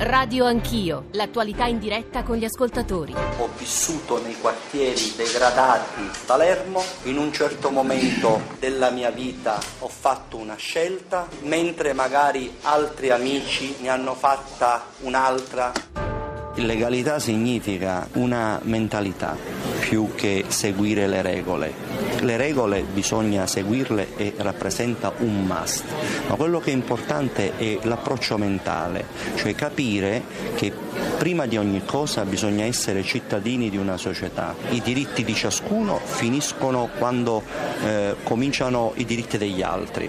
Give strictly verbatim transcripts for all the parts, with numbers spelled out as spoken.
Radio Anch'io, l'attualità in diretta con gli ascoltatori. Ho vissuto nei quartieri degradati di Palermo, in un certo momento della mia vita ho fatto una scelta, mentre magari altri amici ne hanno fatta un'altra. Illegalità significa una mentalità più che seguire le regole. Le regole bisogna seguirle e rappresenta un must, ma quello che è importante è l'approccio mentale, cioè capire che prima di ogni cosa bisogna essere cittadini di una società. I diritti di ciascuno finiscono quando eh, cominciano i diritti degli altri.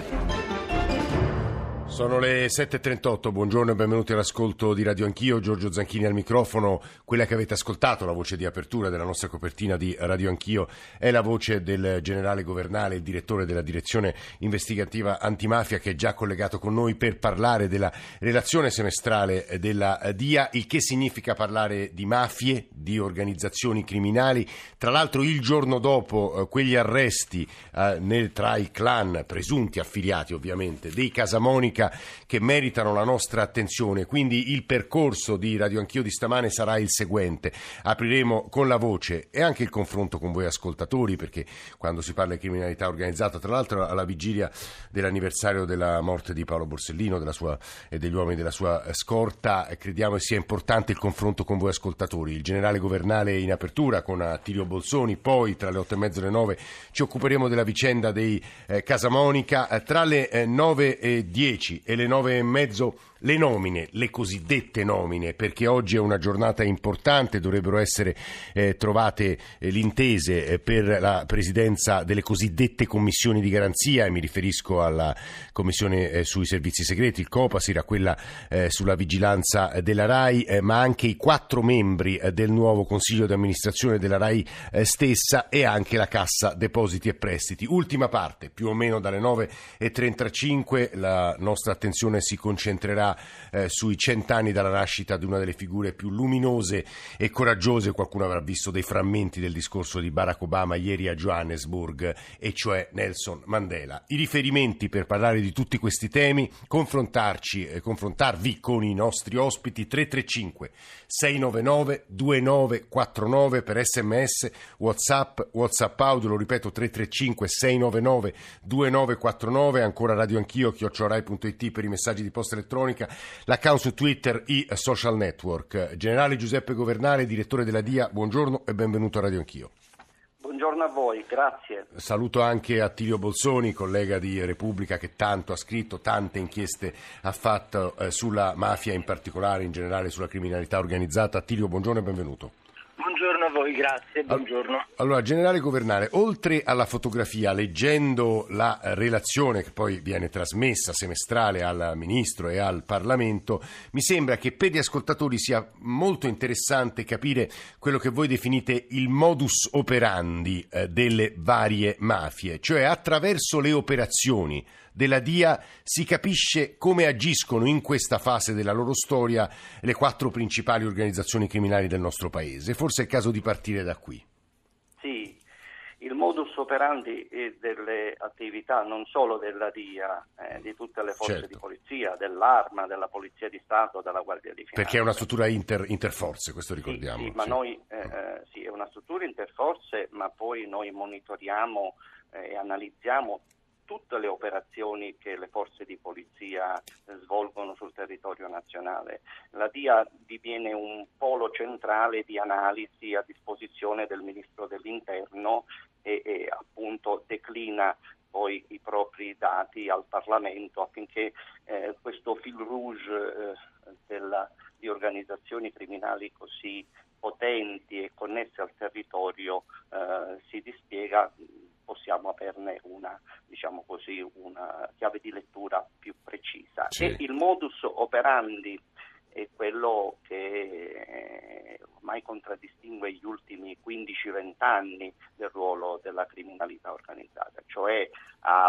Sono le sette e trentotto, buongiorno e benvenuti all'ascolto di Radio Anch'io, Giorgio Zanchini al microfono. Quella che avete ascoltato, la voce di apertura della nostra copertina di Radio Anch'io, è la voce del generale Governale, il direttore della direzione investigativa antimafia, che è già collegato con noi per parlare della relazione semestrale della D I A, il che significa parlare di mafie, di organizzazioni criminali. Tra l'altro il giorno dopo eh, quegli arresti eh, nel, tra i clan presunti affiliati ovviamente dei Casamonica, che meritano la nostra attenzione. Quindi il percorso di Radio Anch'io di stamane sarà il seguente: apriremo con la voce e anche il confronto con voi ascoltatori, perché quando si parla di criminalità organizzata, tra l'altro alla vigilia dell'anniversario della morte di Paolo Borsellino della sua, e degli uomini della sua scorta, crediamo sia importante il confronto con voi ascoltatori. Il generale Governale in apertura con Attilio Bolzoni, poi tra le otto e mezza e le nove ci occuperemo della vicenda dei eh, Casamonica, eh, tra le eh, nove e dieci e le nove e mezzo le nomine, le cosiddette nomine, perché oggi è una giornata importante, dovrebbero essere eh, trovate eh, l'intese eh, per la presidenza delle cosiddette commissioni di garanzia, e mi riferisco alla commissione eh, sui servizi segreti, il Copasir, a quella eh, sulla vigilanza eh, della RAI, eh, ma anche i quattro membri eh, del nuovo consiglio di amministrazione della RAI eh, stessa, e anche la Cassa Depositi e Prestiti. Ultima parte, più o meno dalle nove e trentacinque, la nostra attenzione si concentrerà Eh, sui cent'anni dalla nascita di una delle figure più luminose e coraggiose. Qualcuno avrà visto dei frammenti del discorso di Barack Obama ieri a Johannesburg, e cioè Nelson Mandela. I riferimenti per parlare di tutti questi temi, confrontarci, eh, confrontarvi con i nostri ospiti: tre tre cinque sei nove nove due nove quattro nove per sms, whatsapp, whatsapp audio, lo ripeto, tre tre cinque sei nove nove due nove quattro nove, ancora Radio Anch'io chiocciola rai punto it per i messaggi di posta elettronica, l'account su Twitter, i social network. Generale Giuseppe Governale, direttore della D I A, buongiorno e benvenuto a Radio Anch'io. Buongiorno a voi, grazie. Saluto anche Attilio Bolzoni, collega di Repubblica, che tanto ha scritto, tante inchieste ha fatto eh, sulla mafia, in particolare, in generale sulla criminalità organizzata. Attilio, buongiorno e benvenuto. Buongiorno a voi, grazie, buongiorno. Allora, generale Governale, oltre alla fotografia, leggendo la relazione che poi viene trasmessa semestrale al Ministro e al Parlamento, mi sembra che per gli ascoltatori sia molto interessante capire quello che voi definite il modus operandi eh, delle varie mafie, cioè attraverso le operazioni della D I A si capisce come agiscono in questa fase della loro storia le quattro principali organizzazioni criminali del nostro paese. Forse è il caso di partire da qui. Sì, il modus operandi delle attività non solo della D I A, eh, di tutte le forze Certo. di polizia, dell'Arma, della Polizia di Stato, della Guardia di Finanza. Perché è una struttura inter, interforze, questo ricordiamo. Sì, sì, ma sì. noi eh, eh, sì, è una struttura interforze, ma poi noi monitoriamo eh, e analizziamo tutte le operazioni che le forze di polizia svolgono sul territorio nazionale. La D I A diviene un polo centrale di analisi a disposizione del Ministro dell'Interno e, e appunto declina poi i propri dati al Parlamento affinché eh, questo fil rouge eh, della, di organizzazioni criminali così potenti e connesse al territorio eh, si dispiega. Possiamo averne una, diciamo così, una chiave di lettura più precisa. Sì. E il modus operandi è quello che ormai contraddistingue gli ultimi quindici venti anni del ruolo della criminalità organizzata, cioè ha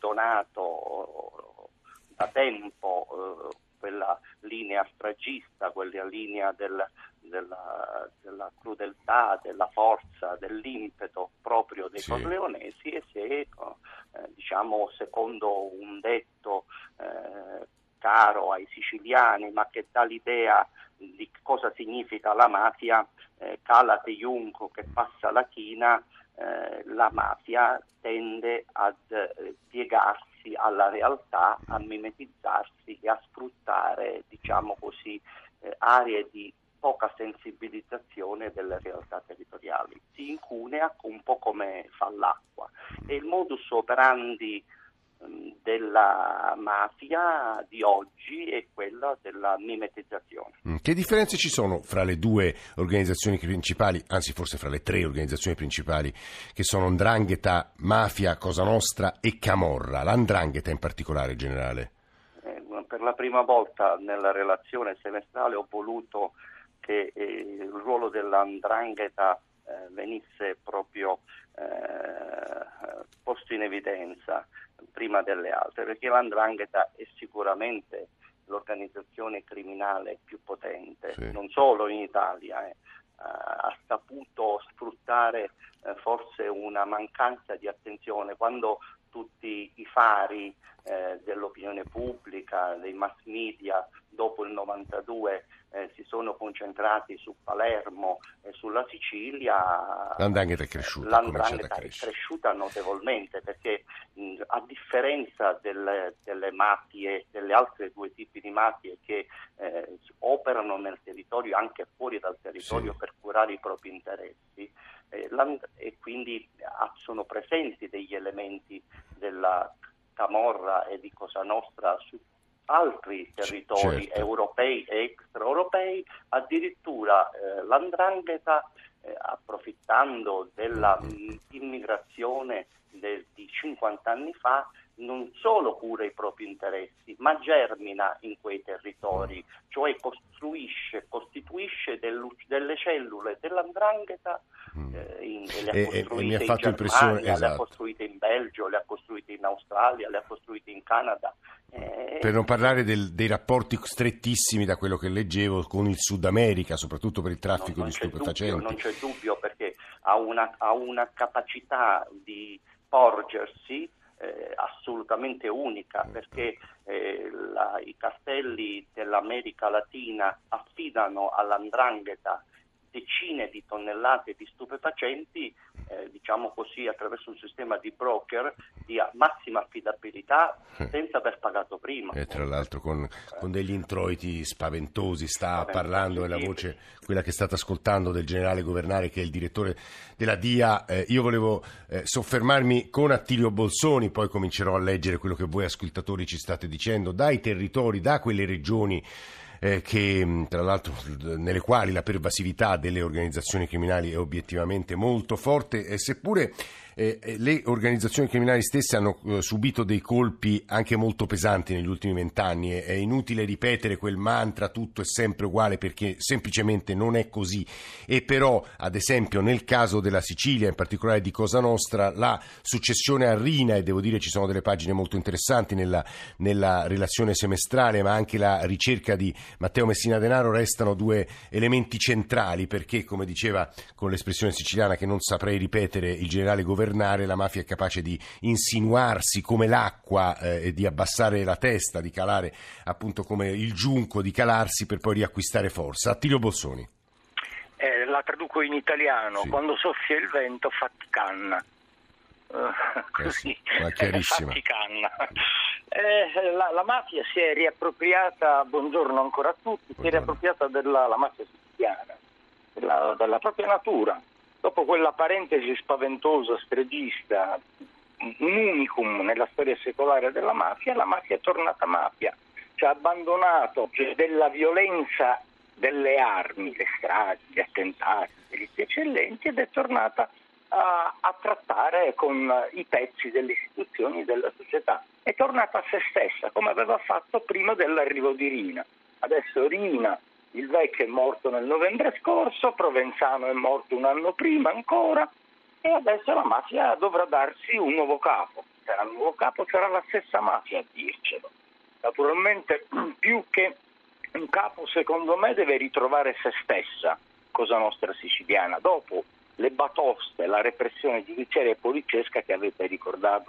abbandonato da tempo eh, quella linea stragista, quella linea del Della, della crudeltà, della forza, dell'impeto proprio dei sì. corleonesi, e se, eh, diciamo, secondo un detto eh, caro ai siciliani, ma che dà l'idea di cosa significa la mafia, eh, calate Junco che passa la china, eh, la mafia tende ad eh, piegarsi alla realtà, a mimetizzarsi e a sfruttare, diciamo così, eh, aree di poca sensibilizzazione delle realtà territoriali. Si incunea un po' come fa l'acqua, e il modus operandi um, della mafia di oggi è quella della mimetizzazione. Che differenze ci sono fra le due organizzazioni principali, anzi forse fra le tre organizzazioni principali, che sono 'Ndrangheta, Mafia, Cosa Nostra e Camorra? La 'Ndrangheta in particolare, generale. Eh, per la prima volta nella relazione semestrale ho voluto che eh, il ruolo della 'Ndrangheta eh, venisse proprio eh, posto in evidenza prima delle altre, perché la 'Ndrangheta è sicuramente l'organizzazione criminale più potente, sì, non solo in Italia, eh. ha saputo sfruttare eh, forse una mancanza di attenzione quando tutti i fari eh, dell'opinione pubblica, dei mass media dopo il novantadue eh, si sono concentrati su Palermo e sulla Sicilia. L'Ndrangheta è cresciuta, L'Ndrangheta è cresciuta notevolmente, perché mh, a differenza delle, delle mafie, delle altre due tipi di mafie che eh, operano nel territorio, anche fuori dal territorio, sì, per curare i propri interessi, eh, e quindi ah, sono presenti degli elementi della Camorra e di Cosa Nostra su altri territori, certo, europei e extraeuropei. Addirittura eh, la 'Ndrangheta, eh, approfittando della mh, immigrazione de, di cinquanta anni fa, non solo cura i propri interessi, ma germina in quei territori, cioè costruisce, costituisce del, delle cellule della 'Ndrangheta, eh, in, le ha e, costruite e in Germania, esatto, le ha costruite in Belgio, le ha costruite in Australia, le ha costruite in Canada. Eh, per non parlare del, dei rapporti strettissimi, da quello che leggevo, con il Sud America, soprattutto per il traffico non, non di stupefacenti. Dubbio, non c'è dubbio, perché ha una, ha una capacità di porgersi Eh, assolutamente unica, perché eh, la, i cartelli dell'America Latina affidano alla 'Ndrangheta decine di tonnellate di stupefacenti, eh, diciamo così, attraverso un sistema di broker di massima affidabilità, senza aver pagato prima. E tra l'altro con, con degli introiti spaventosi. Sta parlando nella voce, quella che state ascoltando, del generale Governale, che è il direttore della D I A. Eh, io volevo eh, soffermarmi con Attilio Bolzoni, poi comincerò a leggere quello che voi ascoltatori ci state dicendo, dai territori, da quelle regioni Eh, che tra l'altro nelle quali la pervasività delle organizzazioni criminali è obiettivamente molto forte, e seppure eh, le organizzazioni criminali stesse hanno eh, subito dei colpi anche molto pesanti negli ultimi vent'anni. È inutile ripetere quel mantra tutto è sempre uguale, perché semplicemente non è così. E però, ad esempio, nel caso della Sicilia, in particolare di Cosa Nostra, la successione a Rina, e devo dire ci sono delle pagine molto interessanti nella, nella relazione semestrale, ma anche la ricerca di Matteo Messina Denaro, restano due elementi centrali, perché, come diceva con l'espressione siciliana che non saprei ripetere il generale Governale, la mafia è capace di insinuarsi come l'acqua eh, e di abbassare la testa, di calare appunto come il giunco, di calarsi per poi riacquistare forza. Attilio Bolzoni. Eh, la traduco in italiano: sì, quando soffia il vento fatti canna. Uh, così, eh sì, ma chiarissima. fatti canna. Eh, la, la mafia si è riappropriata, buongiorno ancora a tutti, buongiorno. si è riappropriata della la mafia siciliana, della, della propria natura. Dopo quella parentesi spaventosa, stregista, un unicum nella storia secolare della mafia, la mafia è tornata mafia, cioè ha abbandonato cioè, della violenza delle armi, le stragi, gli attentati, gli delitti eccellenti, ed è tornata a, a trattare con i pezzi delle istituzioni e della società. È tornata a se stessa, come aveva fatto prima dell'arrivo di Rina. Adesso Rina, il vecchio, è morto nel novembre scorso, Provenzano è morto un anno prima ancora, e adesso la mafia dovrà darsi un nuovo capo. Sarà un nuovo capo, sarà la stessa mafia a dircelo. Naturalmente, più che un capo, secondo me, deve ritrovare se stessa, Cosa Nostra siciliana, dopo le batoste, la repressione giudiziaria e poliziesca che avete ricordato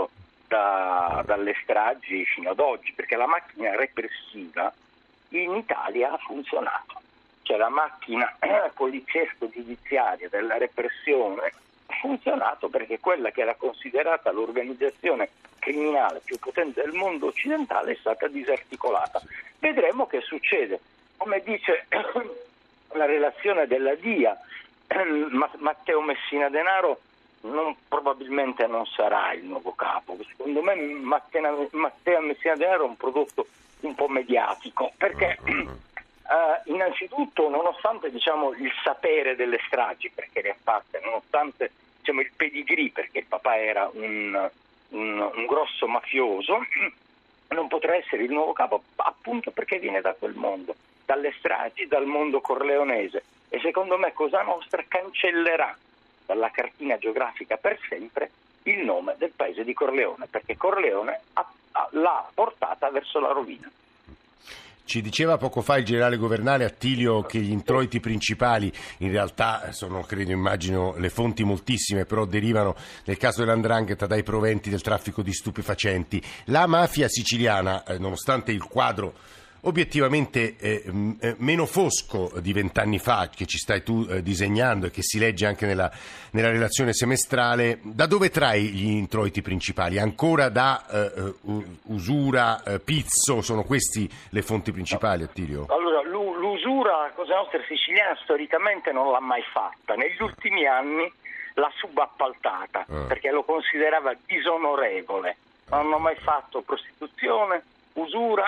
da, dalle stragi fino ad oggi, perché la macchina repressiva in Italia ha funzionato. Cioè la macchina poliziesco-giudiziaria della repressione ha funzionato perché quella che era considerata l'organizzazione criminale più potente del mondo occidentale è stata disarticolata. Vedremo che succede. Come dice la relazione della D I A, Matteo Messina Denaro non, probabilmente non sarà il nuovo capo. Secondo me Matteo, Matteo Messina Denaro è un prodotto un po' mediatico, perché uh, innanzitutto, nonostante diciamo il sapere delle stragi, perché le ha fatte, nonostante diciamo il pedigree, perché il papà era un, un, un grosso mafioso, non potrà essere il nuovo capo appunto perché viene da quel mondo, dalle stragi, dal mondo corleonese, e secondo me Cosa Nostra cancellerà dalla cartina geografica per sempre il nome del paese di Corleone, perché Corleone ha, ha, l'ha portata verso la rovina. Ci diceva poco fa il generale Governale Attilio che gli introiti principali in realtà sono, credo, immagino, le fonti moltissime, però derivano nel caso dell'Andrangheta dai proventi del traffico di stupefacenti. La mafia siciliana, eh, nonostante il quadro obiettivamente eh, eh, meno fosco di vent'anni fa che ci stai tu eh, disegnando e che si legge anche nella, nella relazione semestrale, da dove trai gli introiti principali? Ancora da eh, usura, eh, pizzo, sono questi le fonti principali, Attilio? Allora, l'usura Cosa Nostra siciliana storicamente non l'ha mai fatta, negli ultimi anni l'ha subappaltata ah. perché lo considerava disonorevole, non hanno mai fatto prostituzione, usura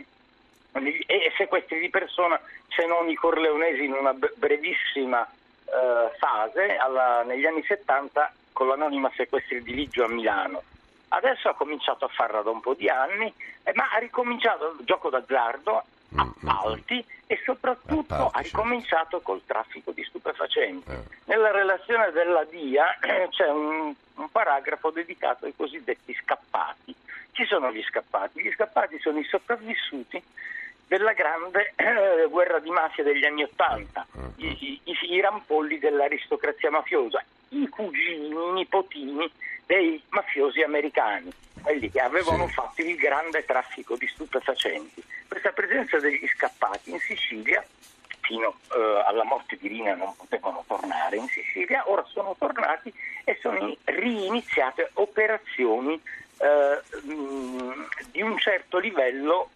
e sequestri di persona, se non i corleonesi in una brevissima eh, fase alla, negli anni settanta con l'anonima sequestri di Liggio a Milano. Adesso ha cominciato a farla da un po' di anni, eh, ma ha ricominciato il gioco d'azzardo, appalti e soprattutto appalti, ha ricominciato col traffico di stupefacenti. Eh. Nella relazione della D I A eh, c'è un, un paragrafo dedicato ai cosiddetti scappati. Chi sono gli scappati? Gli scappati sono i sopravvissuti della grande eh, guerra di mafia degli anni Ottanta, i, i, i rampolli dell'aristocrazia mafiosa, i cugini, i nipotini dei mafiosi americani, quelli che avevano sì. fatto il grande traffico di stupefacenti. Questa presenza degli scappati in Sicilia, fino eh, alla morte di Rina non potevano tornare in Sicilia, ora sono tornati e sono riiniziate operazioni eh, mh, di un certo livello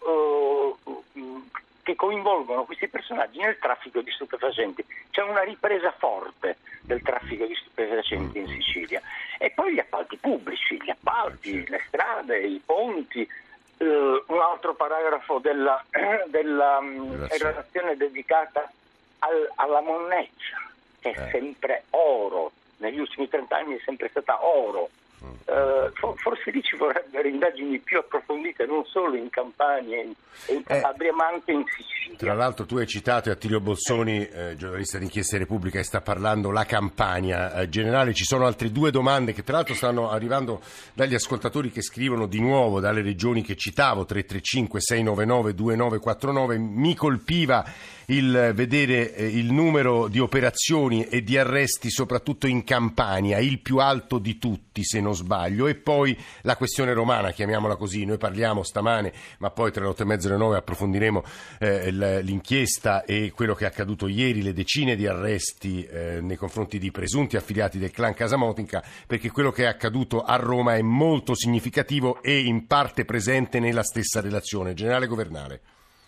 eh, mh, che coinvolgono questi personaggi nel traffico di stupefacenti. C'è una ripresa forte del traffico di stupefacenti in Sicilia. E poi gli appalti pubblici, gli appalti, le strade, i ponti. Uh, un altro paragrafo della, della um, relazione dedicata al, alla monnezza, che è eh. sempre oro, negli ultimi trent'anni è sempre stata oro. Uh, for, forse lì ci vorrebbero indagini più approfondite, non solo in Campania e in Calabria, eh, ma anche in Sicilia. Tra l'altro tu hai citato Attilio Bolzoni, eh, giornalista di Inchiesta Repubblica, e sta parlando la Campania. Eh, generale, ci sono altre due domande che tra l'altro stanno arrivando dagli ascoltatori che scrivono di nuovo dalle regioni che citavo, tre tre cinque sei nove nove due nove quattro nove. Mi colpiva il vedere eh, il numero di operazioni e di arresti soprattutto in Campania, il più alto di tutti se non sbaglio, e poi la questione romana, chiamiamola così. Noi parliamo stamane, ma poi tra le otto e mezza e le nove approfondiremo eh, l'inchiesta e quello che è accaduto ieri, le decine di arresti eh, nei confronti di presunti affiliati del clan Casamonica, perché quello che è accaduto a Roma è molto significativo e in parte presente nella stessa relazione. Generale Governale.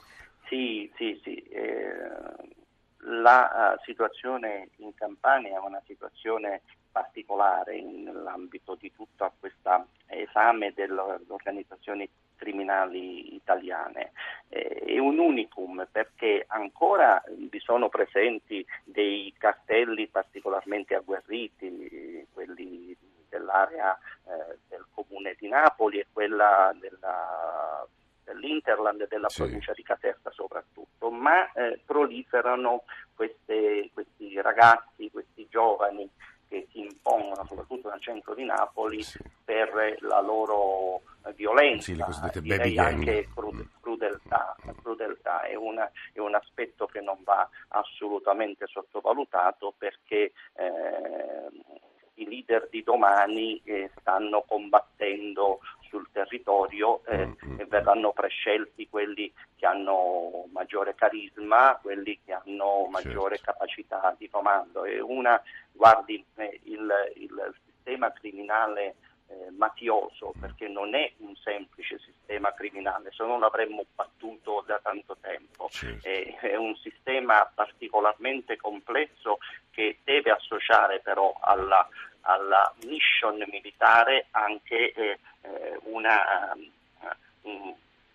Sì, sì, sì. Eh, la uh, situazione in Campania è una situazione particolare nell'ambito di tutto questo esame delle organizzazioni criminali italiane. Eh, è un unicum perché ancora vi sono presenti dei cartelli particolarmente agguerriti, quelli dell'area eh, del comune di Napoli e quella della dell'Interland e della sì. provincia di Caserta soprattutto, ma eh, proliferano queste, questi ragazzi, questi giovani che si impongono soprattutto nel centro di Napoli sì. per la loro violenza, sì, direi anche crude, crudeltà. crudeltà. È, una, è un aspetto che non va assolutamente sottovalutato perché eh, i leader di domani eh, stanno combattendo sul territorio eh, mm-hmm. e verranno prescelti quelli che hanno maggiore carisma, quelli che hanno maggiore certo. capacità di comando. E una, guardi, eh, il, il sistema criminale eh, mafioso, perché non è un semplice sistema criminale, se no l'avremmo battuto da tanto tempo, certo. è, è un sistema particolarmente complesso che deve associare però alla, alla mission militare anche eh, una, uh, un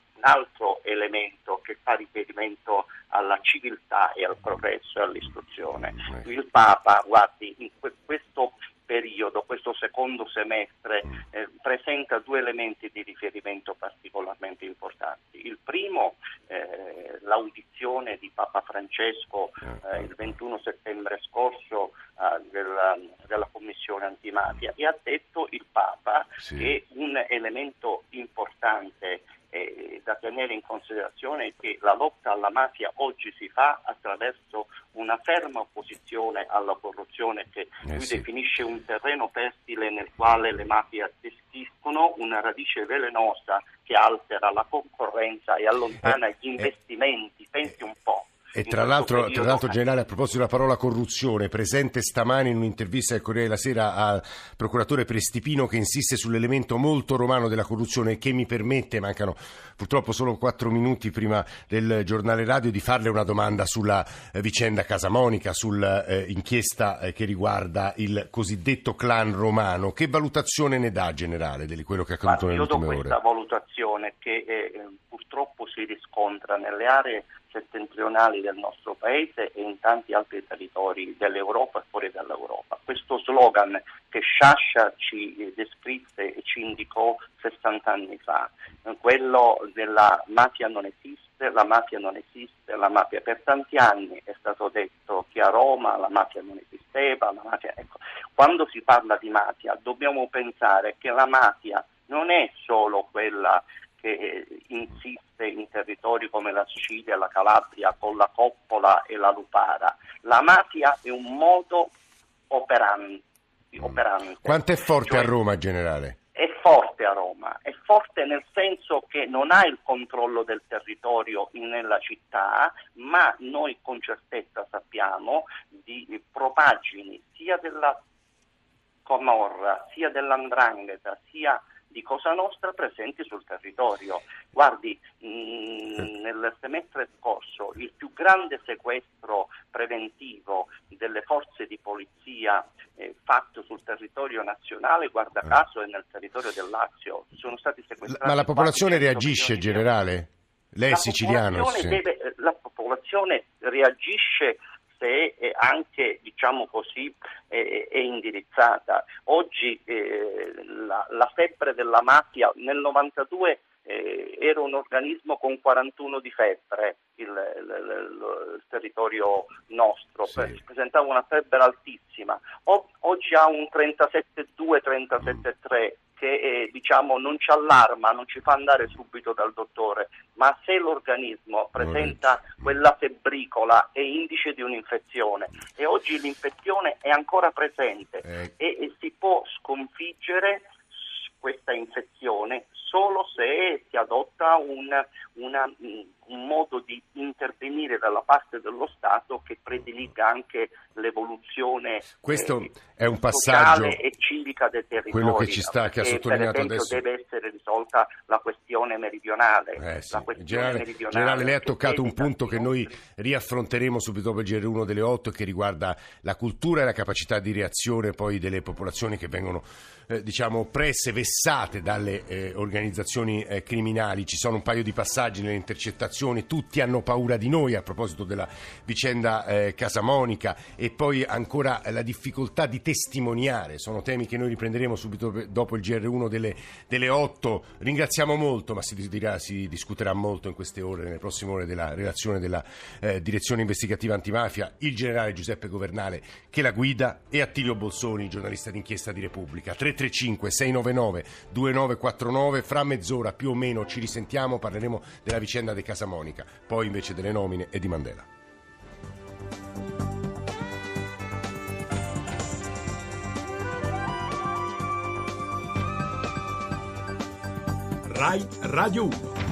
altro elemento che fa riferimento alla civiltà e al progresso e all'istruzione. Il Papa, guardi, in que- questo periodo, questo secondo semestre, eh, presenta due elementi di riferimento particolarmente importanti. Il primo, eh, l'audizione di Papa Francesco eh, il ventuno settembre scorso eh, della, della Commissione Antimafia, e ha detto il Papa sì. che un elemento importante eh, da tenere in considerazione è che la lotta alla mafia oggi si fa attraverso una ferma opposizione alla corruzione che eh lui sì. definisce un terreno fertile nel quale le mafie testiscono una radice velenosa che altera la concorrenza e allontana eh, gli investimenti. Eh, Pensi un po'. E tra l'altro, tra l'altro, generale, a proposito della parola corruzione, presente stamani in un'intervista del Corriere della Sera al procuratore Prestipino, che insiste sull'elemento molto romano della corruzione, che mi permette, mancano purtroppo solo quattro minuti prima del giornale radio, di farle una domanda sulla eh, vicenda Casamonica, sull'inchiesta eh, eh, che riguarda il cosiddetto clan romano. Che valutazione ne dà, generale, di quello che è accaduto nelle ultime ore? Io do questa valutazione che eh, purtroppo si riscontra nelle aree settentrionali del nostro paese e in tanti altri territori dell'Europa e fuori dall'Europa. Questo slogan che Sciascia ci descrisse e ci indicò sessanta anni fa, quello della mafia non esiste, la mafia non esiste, la mafia per tanti anni è stato detto che a Roma la mafia non esisteva, la mafia, ecco. Quando si parla di mafia dobbiamo pensare che la mafia non è solo quella che insiste in territori come la Sicilia e la Calabria con la coppola e la lupara. La mafia è un modo operante. operante. Quanto è forte cioè, a Roma, generale? È forte a Roma, è forte nel senso che non ha il controllo del territorio nella città, ma noi con certezza sappiamo di propagini sia della Camorra, sia dell'Andrangheta, sia di Cosa Nostra presenti sul territorio. Guardi, mh, nel semestre scorso il più grande sequestro preventivo delle forze di polizia eh, fatto sul territorio nazionale, guarda caso, è nel territorio del Lazio. Sono stati sequestrati. Ma la popolazione reagisce, generale? Lei è siciliano? Sì. Deve, la popolazione reagisce se è anche, diciamo così, è, è indirizzata. Oggi eh, la, la febbre della mafia nel novantadue eh, era un organismo con quarantuno di febbre, il, il, il, il territorio nostro, sì. presentava una febbre altissima. O, oggi ha un trentasette due, trentasette tre che eh, diciamo non ci allarma, non ci fa andare subito dal dottore, ma se l'organismo presenta quella febbricola è indice di un'infezione, e oggi l'infezione è ancora presente eh. e, e si può sconfiggere questa infezione solo se si adotta un, una, un modo di intervenire dalla parte dello Stato che prediliga anche l'evoluzione Questo eh, è un passaggio sociale e civica dei territori. Quello che ci sta, che ha sottolineato per esempio, adesso. deve essere risolta la questione meridionale. Eh sì. la questione generale, meridionale generale, lei ha toccato un punto che noi inutili. riaffronteremo subito dopo il G R uno delle otto, che riguarda la cultura e la capacità di reazione poi delle popolazioni che vengono eh, diciamo oppresse, vessate dalle eh, organizzazioni eh, criminali. Ci sono un paio di passaggi nelle intercettazioni, tutti hanno paura di noi a proposito della vicenda eh, Casamonica, e poi ancora la difficoltà di testimoniare. Sono temi che noi riprenderemo subito dopo il G R uno delle, delle otto. Ringraziamo molto, ma si, dirà, si discuterà molto in queste ore, nelle prossime ore, della relazione della eh, Direzione Investigativa Antimafia, il generale Giuseppe Governale che la guida, e Attilio Bolsoni, giornalista d'inchiesta di Repubblica. Tre tre cinque sei nove nove due nove quattro nove. Fra mezz'ora più o meno ci risentiamo, parleremo della vicenda di Casamonica, poi invece delle nomine e di Mandela. Rai Radio uno.